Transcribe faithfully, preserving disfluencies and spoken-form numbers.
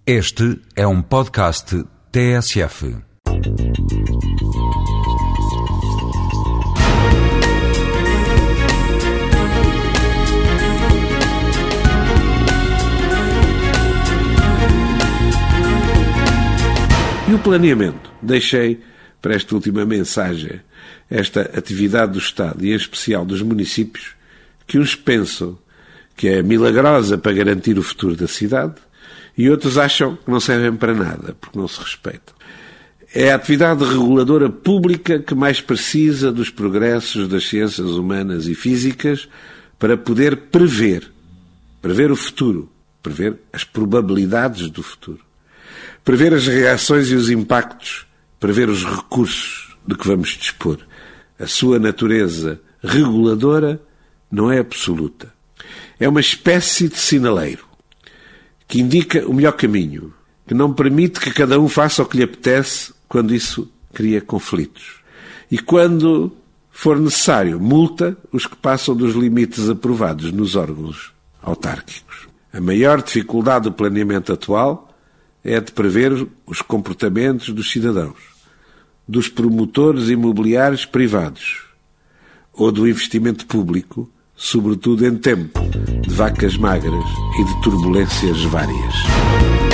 Este é um podcast T S F. E o planeamento? Deixei para esta última mensagem esta atividade do Estado e em especial dos municípios que uns pensam que é milagrosa para garantir o futuro da cidade e outros acham que não servem para nada, porque não se respeitam. É a atividade reguladora pública que mais precisa dos progressos das ciências humanas e físicas para poder prever, prever o futuro, prever as probabilidades do futuro, prever as reações e os impactos, prever os recursos de que vamos dispor. A sua natureza reguladora não é absoluta. É uma espécie de sinaleiro que indica o melhor caminho, que não permite que cada um faça o que lhe apetece quando isso cria conflitos. E quando for necessário, multa os que passam dos limites aprovados nos órgãos autárquicos. A maior dificuldade do planeamento atual é a de prever os comportamentos dos cidadãos, dos promotores imobiliários privados ou do investimento público, sobretudo em tempo de vacas magras e de turbulências várias.